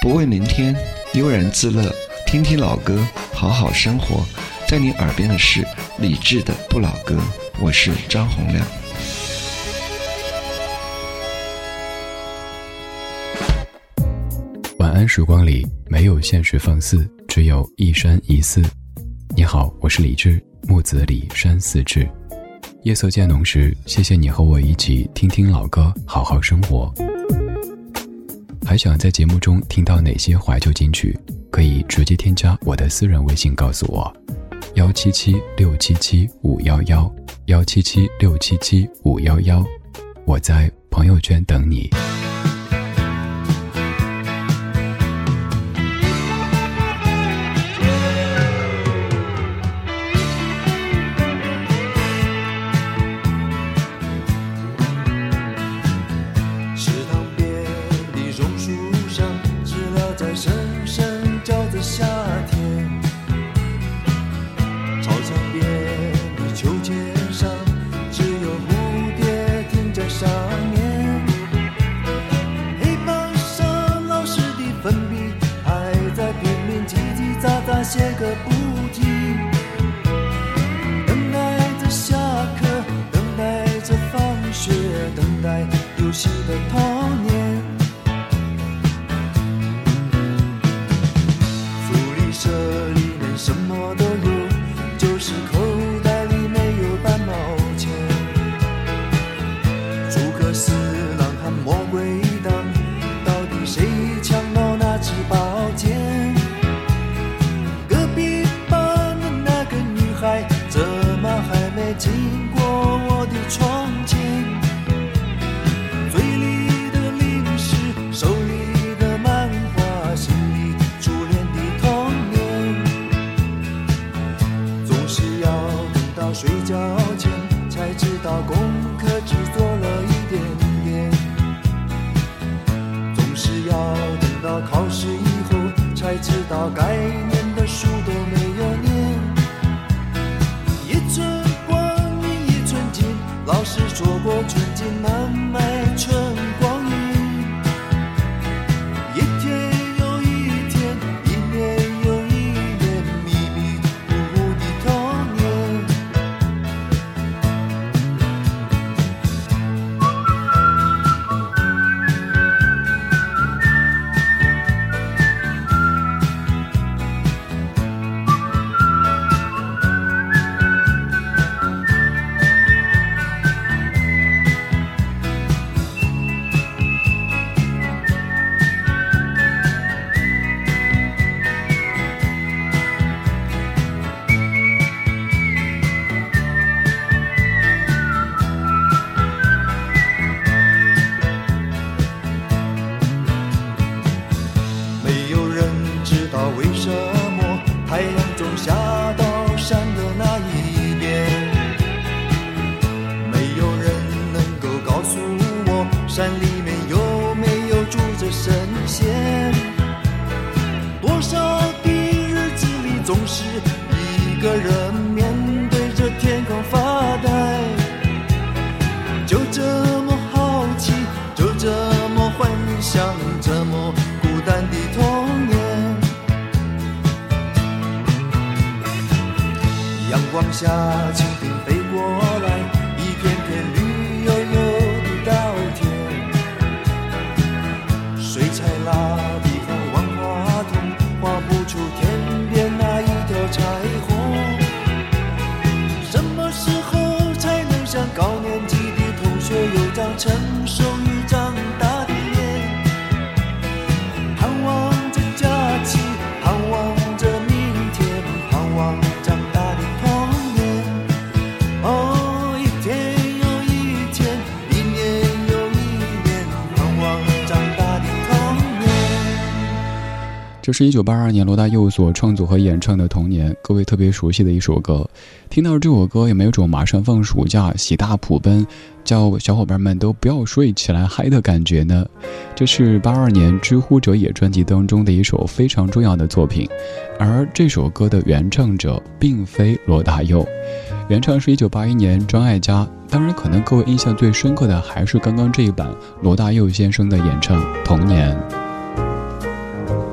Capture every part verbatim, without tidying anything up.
不问明天，悠然自乐，听听老歌，好好生活。在你耳边的是理智的不老歌，我是张洪亮。 晚安时光里没有现实放肆，只有一山一寺。你好，我是李志，木子李山寺志。夜色渐浓时，谢谢你和我一起听听老歌，好好生活。还想在节目中听到哪些怀旧金曲，可以直接添加我的私人微信告诉我，幺七七六七七五幺幺，幺七七六七七五幺幺，我在朋友圈等你。 写个不停，等待着下课，等待着放学，等待游戏的童年。福利社里面什么都有，就是口袋里没有半毛钱。诸葛四郎和魔鬼党，到底谁抢到那支宝剑？经过我的窗前，嘴里的零食，手里的漫画，心里初恋的童年。总是要等到睡觉前，才知道功课只做了一点点。总是要等到考试以后，才知道该念的书都没有念。一寸老师说过，纯金难买春光阴。一天又一天，一年又一年，迷迷糊糊的童年。山里面有没有住着神仙？多少的日子里，总是一个人面对着天空发呆。就这么好奇，就这么幻想，这么孤单的童年。阳光下，蜻蜓飞过来，一片片绿油油的稻田。水彩蜡笔和万花筒画不出天边那一条彩虹。什么时候才能像高年级的同学有张成熟与长大的脸？盼望着假期，盼望着明天，盼望长大的童年。哦，一天又一天，一年又一年，盼望长大的童年。 这是一九八二年罗大佑所创作和演唱的《童年》，各位特别熟悉的一首歌。听到这首歌，有没有种马上放暑假、喜大普奔，叫小伙伴们都不要睡起来嗨的感觉呢？这是八二年《知乎者也》专辑当中的一首非常重要的作品，而这首歌的原唱者并非罗大佑，原唱是一九八一年张艾嘉。当然，可能各位印象最深刻的还是刚刚这一版罗大佑先生的演唱《童年》。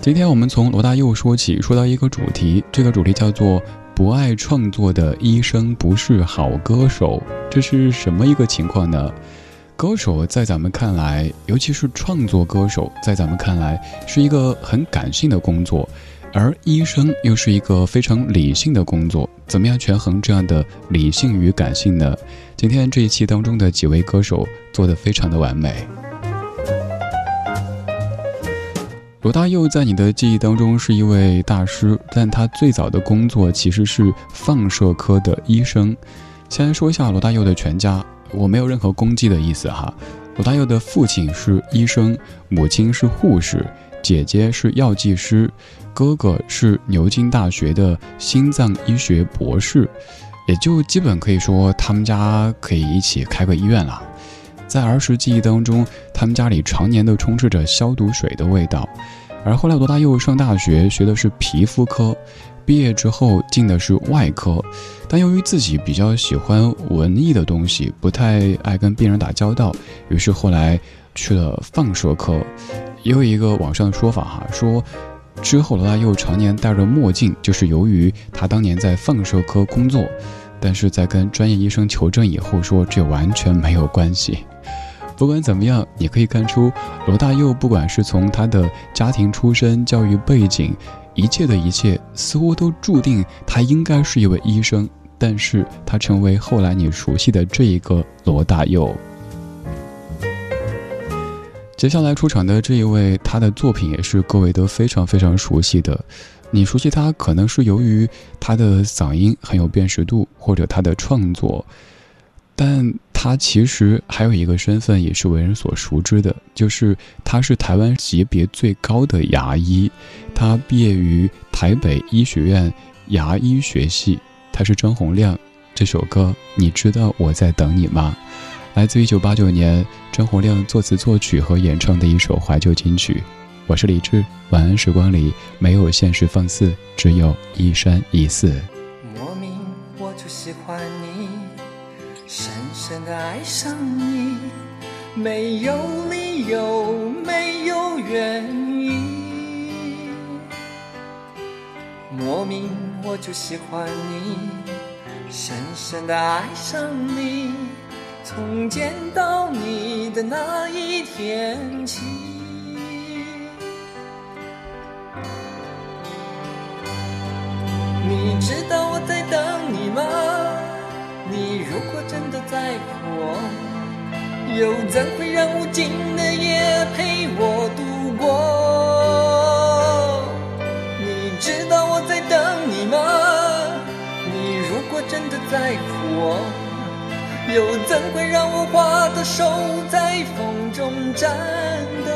今天我们从罗大佑说起，说到一个主题，这个主题叫做不爱创作的医生不是好歌手。这是什么一个情况呢？歌手在咱们看来，尤其是创作歌手，在咱们看来是一个很感性的工作，而医生又是一个非常理性的工作。怎么样权衡这样的理性与感性呢？今天这一期当中的几位歌手做得非常的完美。罗大佑在你的记忆当中是一位大师，但他最早的工作其实是放射科的医生。先说一下罗大佑的全家，我没有任何攻击的意思哈。罗大佑的父亲是医生，母亲是护士，姐姐是药剂师，哥哥是牛津大学的心脏医学博士，也就基本可以说他们家可以一起开个医院了。在儿时记忆当中，他们家里常年都充斥着消毒水的味道。而后来罗大佑上大学学的是皮肤科，毕业之后进的是外科，但由于自己比较喜欢文艺的东西，不太爱跟病人打交道，于是后来去了放射科。也有一个网上的说法哈，说之后罗大佑常年戴着墨镜，就是由于他当年在放射科工作，但是在跟专业医生求证以后说这完全没有关系。不管怎么样，你可以看出罗大佑不管是从他的家庭出身、教育背景，一切的一切似乎都注定他应该是一位医生，但是他成为后来你熟悉的这一个罗大佑。接下来出场的这一位，他的作品也是各位都非常非常熟悉的。你熟悉他可能是由于他的嗓音很有辨识度，或者他的创作，但他其实还有一个身份也是为人所熟知的，就是他是台湾级别最高的牙医，他毕业于台北医学院牙医学系，他是张洪量。这首歌你知道我在等你吗？来自一九八九年张洪量作词作曲和演唱的一首怀旧金曲。我是李志，晚安时光里没有现实放肆，只有一山一寺。 莫名我就喜欢你，深深地爱上你，没有理由，没有原因。莫名我就喜欢你，深深地爱上你，从见到你的那一天起。你知道我在等你吗？你如果真的在乎我，又怎会让无尽的夜陪我度过？你知道我在等你吗？你如果真的在乎我，又怎会让我花的手在风中颤抖？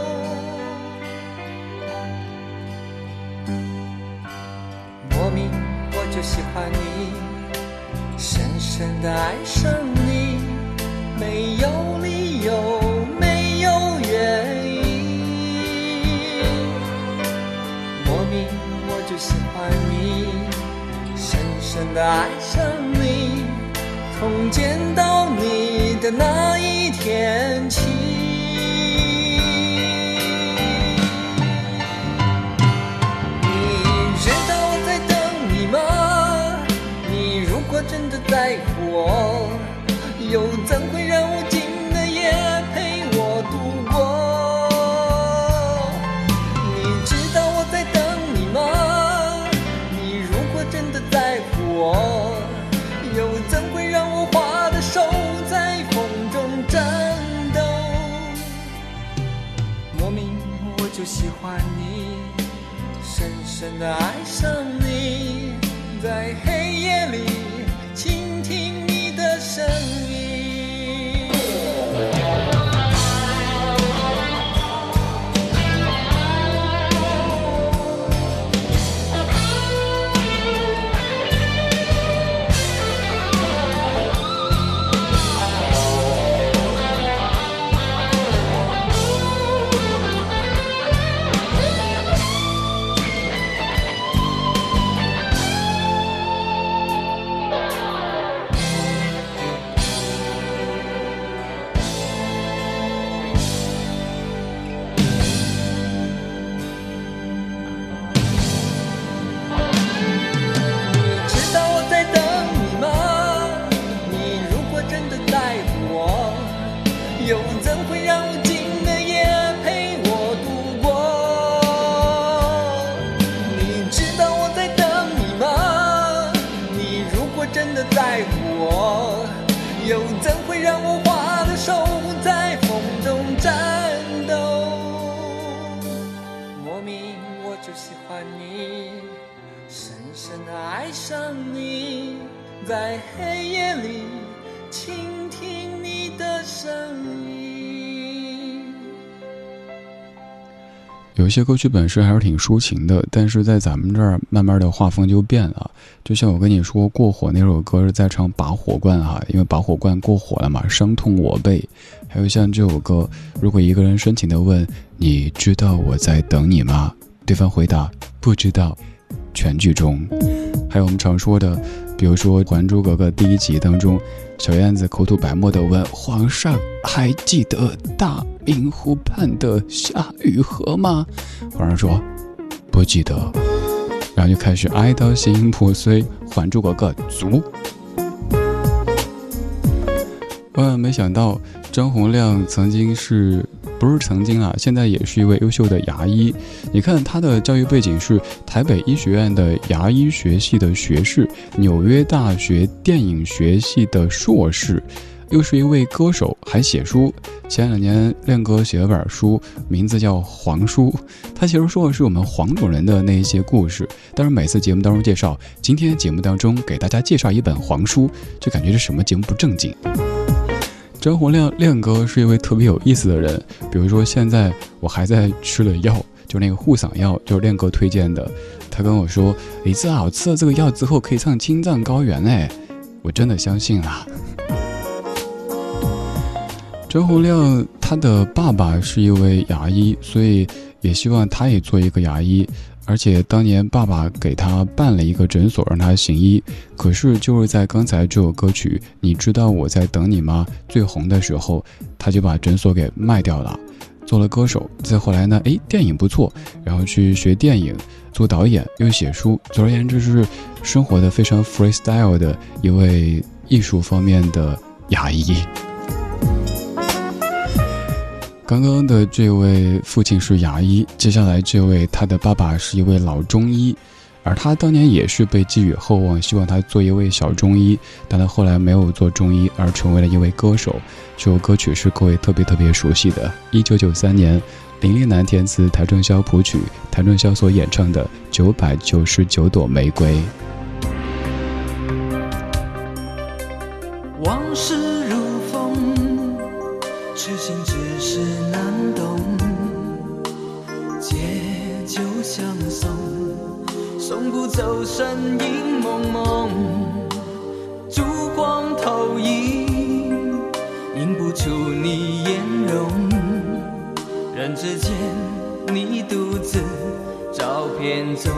莫名我就喜欢你，深深地爱上你，没有理由，没有原因。莫名我就喜欢你，深深地爱上你，从见到你的那一天起。真的在乎我，又怎会让无尽的夜陪我度过？你知道我在等你吗？你如果真的在乎我，又怎会让我花的手在风中颤抖？莫名我就喜欢你，深深地爱上你，在黑夜里倾听你的声音。 就喜欢你，深深地爱上你，在黑夜里倾听你的声音。 有一些歌曲本身还是挺抒情的，但是在咱们这儿慢慢的画风就变了。就像我跟你说过火那首歌是在唱拔火罐啊，因为拔火罐过火了嘛，伤痛我背。还有像这首歌，如果一个人深情的问你知道我在等你吗，对方回答不知道，全剧终。还有我们常说的，比如说《还珠格格》第一集当中，小燕子口吐白沫地问皇上还记得大明湖畔的夏雨荷吗？皇上说不记得，然后就开始哀到心破碎，还珠格格足。万万没想到张洪量曾经是不是曾经啊，现在也是一位优秀的牙医。你看他的教育背景是台北医学院的牙医学系的学士，纽约大学电影学系的硕士，又是一位歌手，还写书。前两年亮哥写了本书，名字叫《黄书》，他其实说的是我们黄种人的那一些故事。但是每次节目当中介绍，今天节目当中给大家介绍一本黄书，就感觉这什么节目不正经。张洪量亮哥是一位特别有意思的人，比如说现在我还在吃了药，就那个护嗓药，就是亮哥推荐的。他跟我说，李子啊，我吃了这个药之后可以唱青藏高原哎，我真的相信了。张洪量他的爸爸是一位牙医，所以也希望他也做一个牙医。而且当年爸爸给他办了一个诊所让他行医，可是就是在刚才这首歌曲你知道我在等你吗最红的时候，他就把诊所给卖掉了，做了歌手。再后来呢，诶，电影不错，然后去学电影，做导演，又写书。总而言之，是生活的非常 freestyle 的一位艺术方面的牙医。刚刚的这位父亲是牙医，接下来这位他的爸爸是一位老中医，而他当年也是被寄予厚望，希望他做一位小中医，但他后来没有做中医，而成为了一位歌手。这首歌曲是各位特别特别熟悉的，一九九三年林立南填词，谭正霄谱曲，谭正霄所演唱的《九百九十九朵玫瑰》。 往事如风，痴心只是难懂，借酒相送，送不走身影蒙蒙，烛光投影，映不出你颜容，人之间你独自照片中，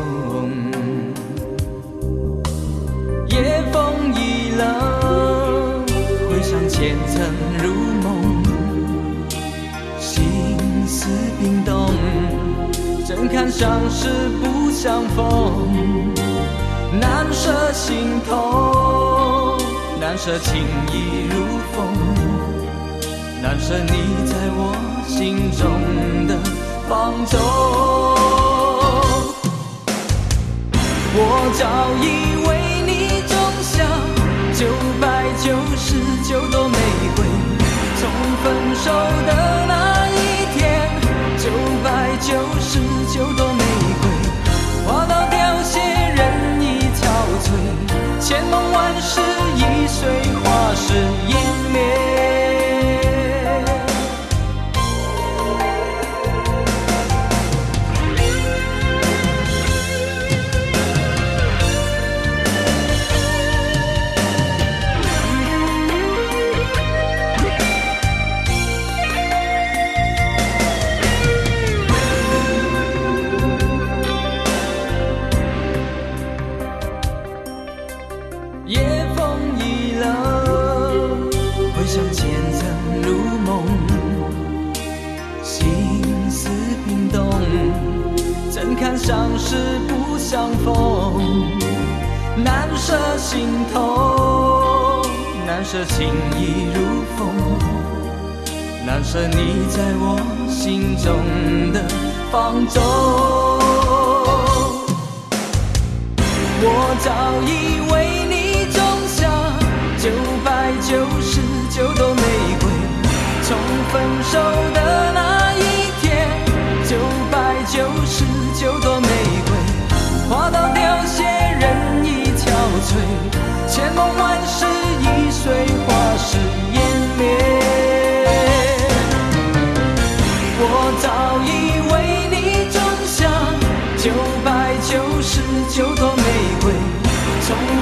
夜风已冷，回想前尘如梦，心思冰冻，怎堪相识不相逢，难舍心头，难舍情意如风，难舍你在我心中的放纵。我早已为你种下九百九十九朵玫瑰，从分手的那一天，九百九十九朵玫瑰花到凋谢，人已憔悴，千梦万世易碎，花事湮灭。相识不相逢，难舍心头，难舍情意如风，难舍你在我心中的放纵。我早已为你种下九百九十九朵玫瑰，从分手的那一天，九百九十九朵玫瑰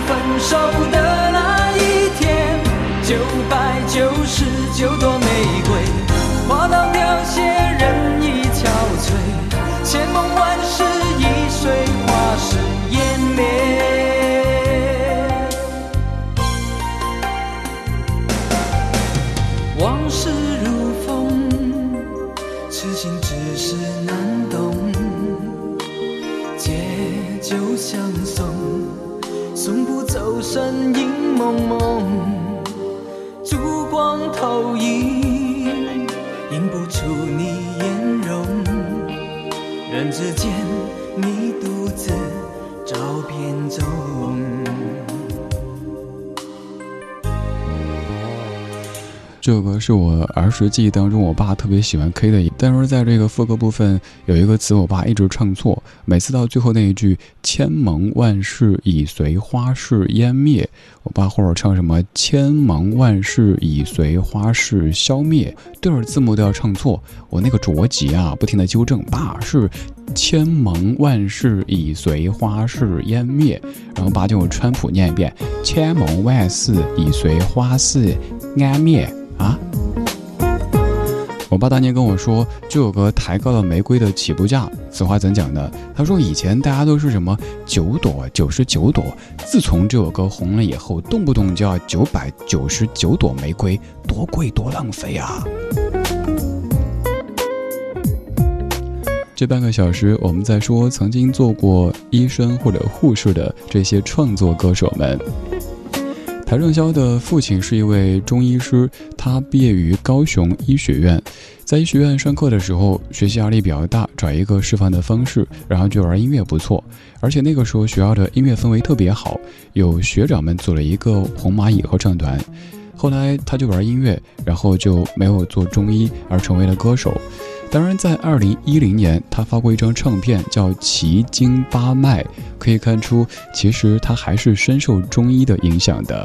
分手的那一天，九百九十九朵玫瑰，花到凋谢，人已憔悴，千梦万世已随花事湮灭。往事如风，痴心只是难懂，借酒相送，送不走身影蒙蒙，烛光投影，映不出你颜容，人之间你独自照片中。 这首歌是我儿时记忆当中我爸特别喜欢 K 的，但是在这个副歌部分有一个词我爸一直唱错，每次到最后那一句千盟万世已随花事湮灭，我爸或者唱什么千盟万世已随花事消灭，对着字幕都要唱错，我那个着急啊，不停的纠正，爸是千盟万世已随花事湮灭，然后爸就用川普念一遍，千盟万世已随花事湮灭啊！我爸当年跟我说，这首歌抬高了玫瑰的起步价。此话怎讲呢？他说以前大家都是什么九朵、九十九朵，自从这首歌红了以后，动不动就要九百九十九朵玫瑰，多贵多浪费啊！这半个小时，我们在说曾经做过医生或者护士的这些创作歌手们。邰正宵的父亲是一位中医师，他毕业于高雄医学院，在医学院上课的时候，学习压力比较大，找一个释放的方式，然后就玩音乐不错，而且那个时候学校的音乐氛围特别好，有学长们组了一个红蚂蚁合唱团。后来他就玩音乐，然后就没有做中医，而成为了歌手。当然在二零一零年他发过一张唱片叫奇经八脉，可以看出其实他还是深受中医的影响的。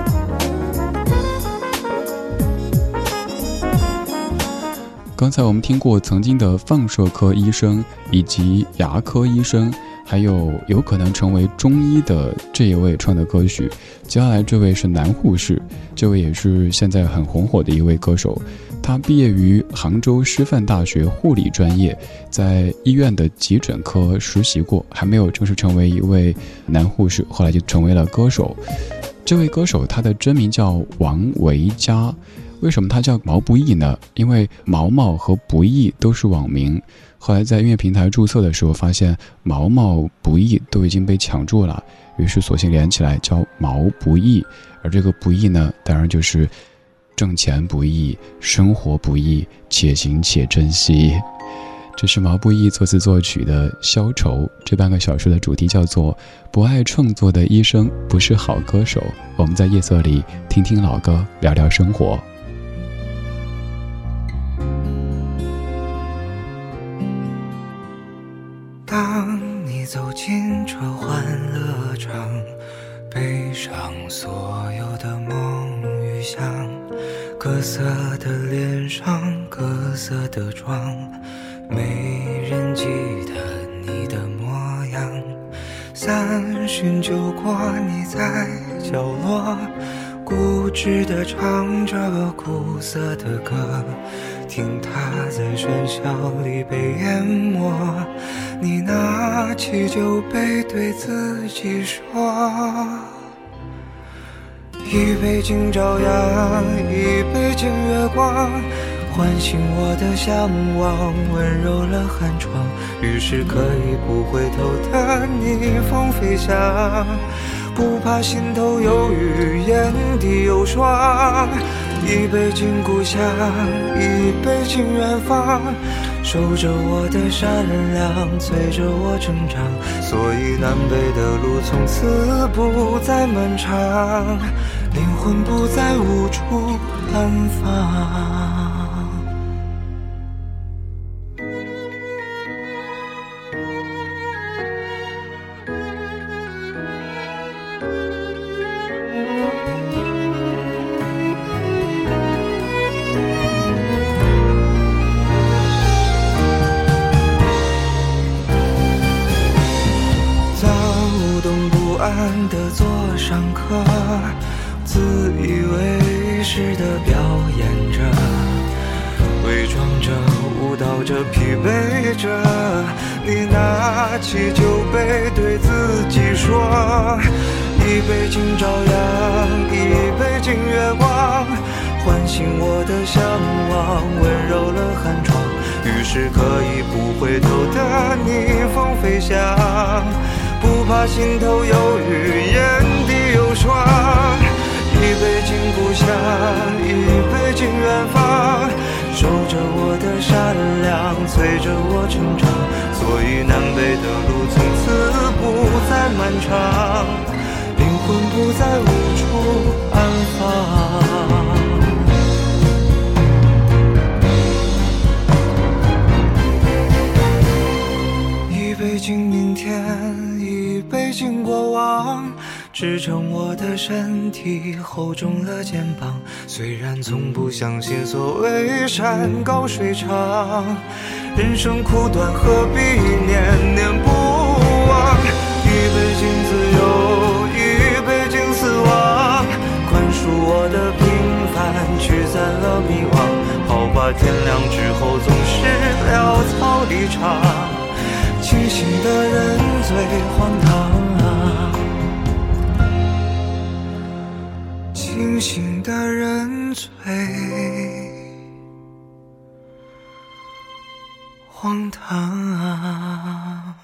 刚才我们听过曾经的放射科医生以及牙科医生，还有有可能成为中医的这一位唱的歌曲。接下来这位是男护士，这位也是现在很红火的一位歌手，他毕业于杭州师范大学护理专业，在医院的急诊科实习过，还没有正式成为一位男护士，后来就成为了歌手。这位歌手他的真名叫王维佳，为什么他叫毛不易呢？因为毛毛和不易都是网名，后来在音乐平台注册的时候发现毛毛不易都已经被抢注了，于是索性连起来叫毛不易。而这个不易呢，当然就是挣钱不易，生活不易，且行且珍惜。这是毛不易作词作曲的《消愁》，这半个小时的主题叫做不爱创作的医生不是好歌手。我们在夜色里听听老歌，聊聊生活。 当你走进这欢乐场，背上所有的梦与想，各色的脸上，各色的妆，没人记得你的模样。三巡酒过，你在角落固执地唱着苦涩的歌，听它在喧嚣里被淹没。你拿起酒杯对自己说，一杯敬朝阳，一杯敬月光，唤醒我的向往，温柔了寒窗。于是可以不回头的逆风飞翔，不怕心头有雨，眼底有霜。一杯敬故乡，一杯敬远方，守着我的善良，催着我成长。所以南北的路从此不再漫长，灵魂不再无处安放。的座上课，自以为是的表演着，伪装着，舞蹈着，疲惫着。你拿起酒杯对自己说，一杯敬朝阳，一杯敬月光，唤醒我的向往，温柔了寒窗。于是可以不回头的逆风飞翔，不怕心头有雨，眼底有霜。一杯敬故乡，一杯敬远方，守着我的善良，催着我成长。所以南北的路从此不再漫长，灵魂不再无处安放。一杯敬明天，一杯敬过往，支撑我的身体，厚重了肩膀。虽然从不相信所谓山高水长，人生苦短，何必念念不忘。一杯敬自由，一杯敬死亡，宽恕我的平凡，驱散了迷惘。好吧，天亮之后总是潦草离场，清醒的人最荒唐啊，清醒的人最荒唐啊。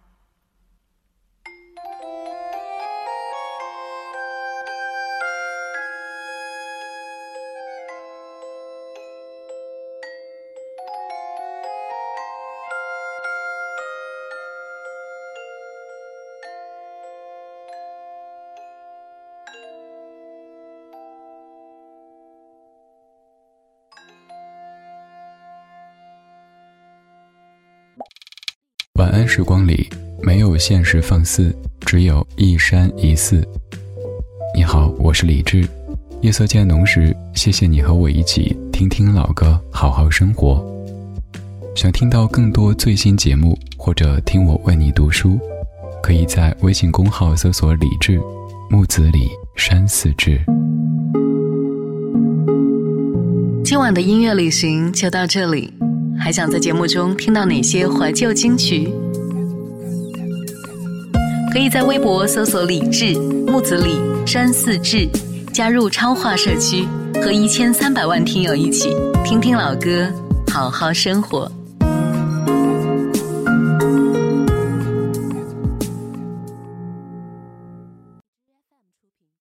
晚安时光里没有现实放肆，只有一山一寺。你好，我是李志。夜色渐浓时，谢谢你和我一起听听老歌，好好生活。想听到更多最新节目，或者听我为你读书，可以在微信公号搜索李志，木子李，山寺志。 今晚的音乐旅行就到这里，还想在节目中听到哪些怀旧金曲？可以在微博搜索李志、木子李、山寺志，加入超话社区，和一千三百万听友一起听听老歌，好好生活。